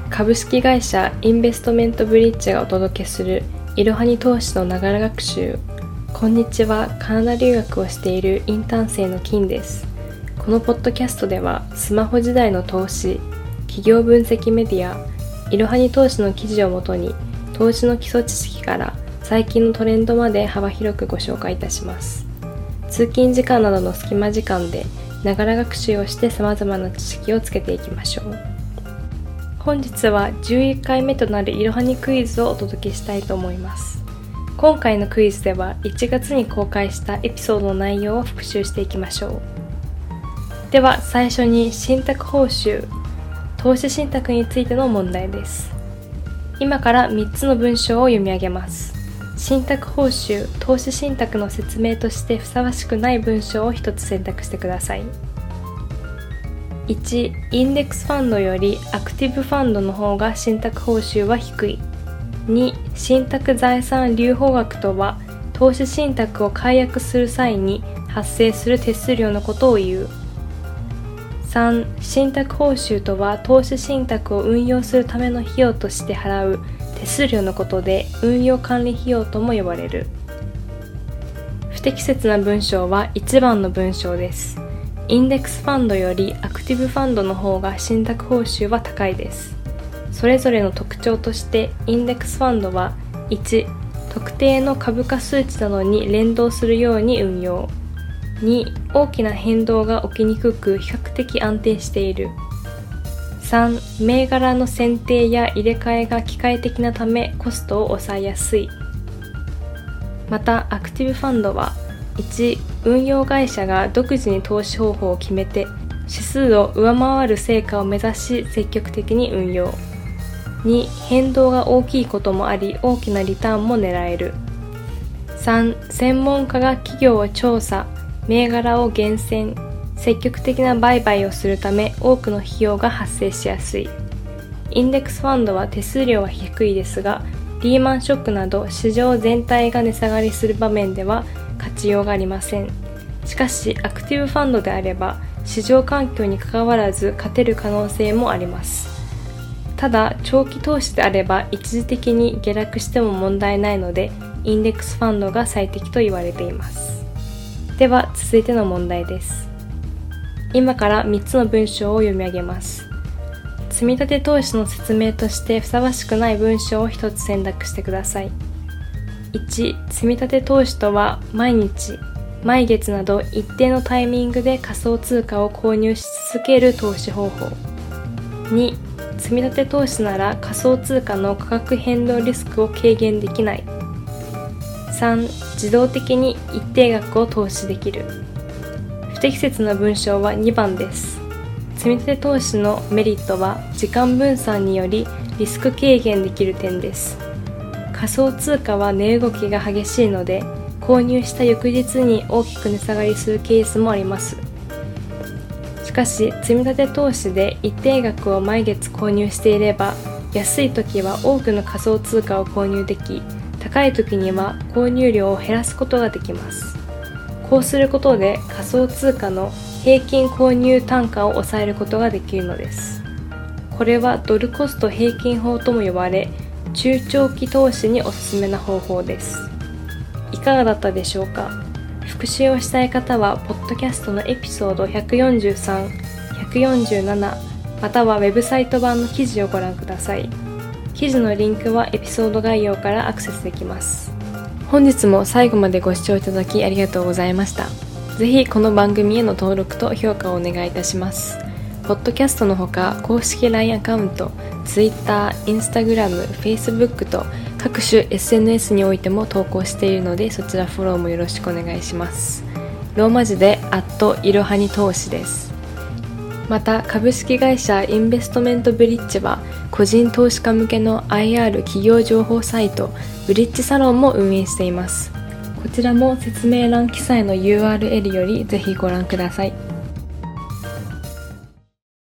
株式会社インベストメントブリッジがお届けするいろはに投資のながら学習。こんにちは。カナダ留学をしているインターン生の金です。このポッドキャストではスマホ時代の投資、企業分析メディア、いろはに投資の記事をもとに投資の基礎知識から最近のトレンドまで幅広くご紹介いたします。通勤時間などの隙間時間でながら学習をして様々な知識をつけていきましょう。本日は11回目となるいろはにクイズをお届けしたいと思います。今回のクイズでは1月に公開したエピソードの内容を復習していきましょう。では最初に信託報酬、投資信託についての問題です。今から3つの文章を読み上げます。信託報酬、投資信託の説明としてふさわしくない文章を1つ選択してください。1、インデックスファンドよりアクティブファンドの方が信託報酬は低い。2、信託財産留保額とは投資信託を解約する際に発生する手数料のことを言う。3、信託報酬とは投資信託を運用するための費用として払う手数料のことで運用管理費用とも呼ばれる。不適切な文章は1番の文章です。インデックスファンドよりアクティブファンドの方が信託報酬は高いです。それぞれの特徴としてインデックスファンドは1、特定の株価数値などに連動するように運用。2、大きな変動が起きにくく比較的安定している。3、銘柄の選定や入れ替えが機械的なためコストを抑えやすい。またアクティブファンドは1、運用会社が独自に投資方法を決めて指数を上回る成果を目指し積極的に運用。2、変動が大きいこともあり大きなリターンも狙える。3、専門家が企業を調査、銘柄を厳選、積極的な売買をするため多くの費用が発生しやすい。インデックスファンドは手数料は低いですが、リーマンショックなど市場全体が値下がりする場面では活用がありません。しかしアクティブファンドであれば市場環境にかかわらず勝てる可能性もあります。ただ長期投資であれば一時的に下落しても問題ないのでインデックスファンドが最適と言われています。では続いての問題です。今から3つの文章を読み上げます。積立投資の説明としてふさわしくない文章を1つ選択してください。1、積立投資とは毎日、毎月など一定のタイミングで仮想通貨を購入し続ける投資方法。2、積立投資なら仮想通貨の価格変動リスクを軽減できない。3、自動的に一定額を投資できる。不適切な文章は2番です。積立投資のメリットは時間分散によりリスク軽減できる点です。仮想通貨は値動きが激しいので購入した翌日に大きく値下がりするケースもあります。しかし積立投資で一定額を毎月購入していれば安い時は多くの仮想通貨を購入でき、高い時には購入量を減らすことができます。こうすることで仮想通貨の平均購入単価を抑えることができるのです。これはドルコスト平均法とも呼ばれ、中長期投資におすすめな方法です。いかがだったでしょうか。復習をしたい方はポッドキャストのエピソード143、147またはウェブサイト版の記事をご覧ください。記事のリンクはエピソード概要からアクセスできます。本日も最後までご視聴いただきありがとうございました。ぜひこの番組への登録と評価をお願いいたします。ポッドキャストのほか公式 LINE アカウント、Twitter、Instagram、Facebook と各種 SNS においても投稿しているのでそちらフォローもよろしくお願いします。ローマ字でいろはに投資です。また株式会社インベストメントブリッジは個人投資家向けの IR 企業情報サイトブリッジサロンも運営しています。こちらも説明欄記載の URL よりぜひご覧ください。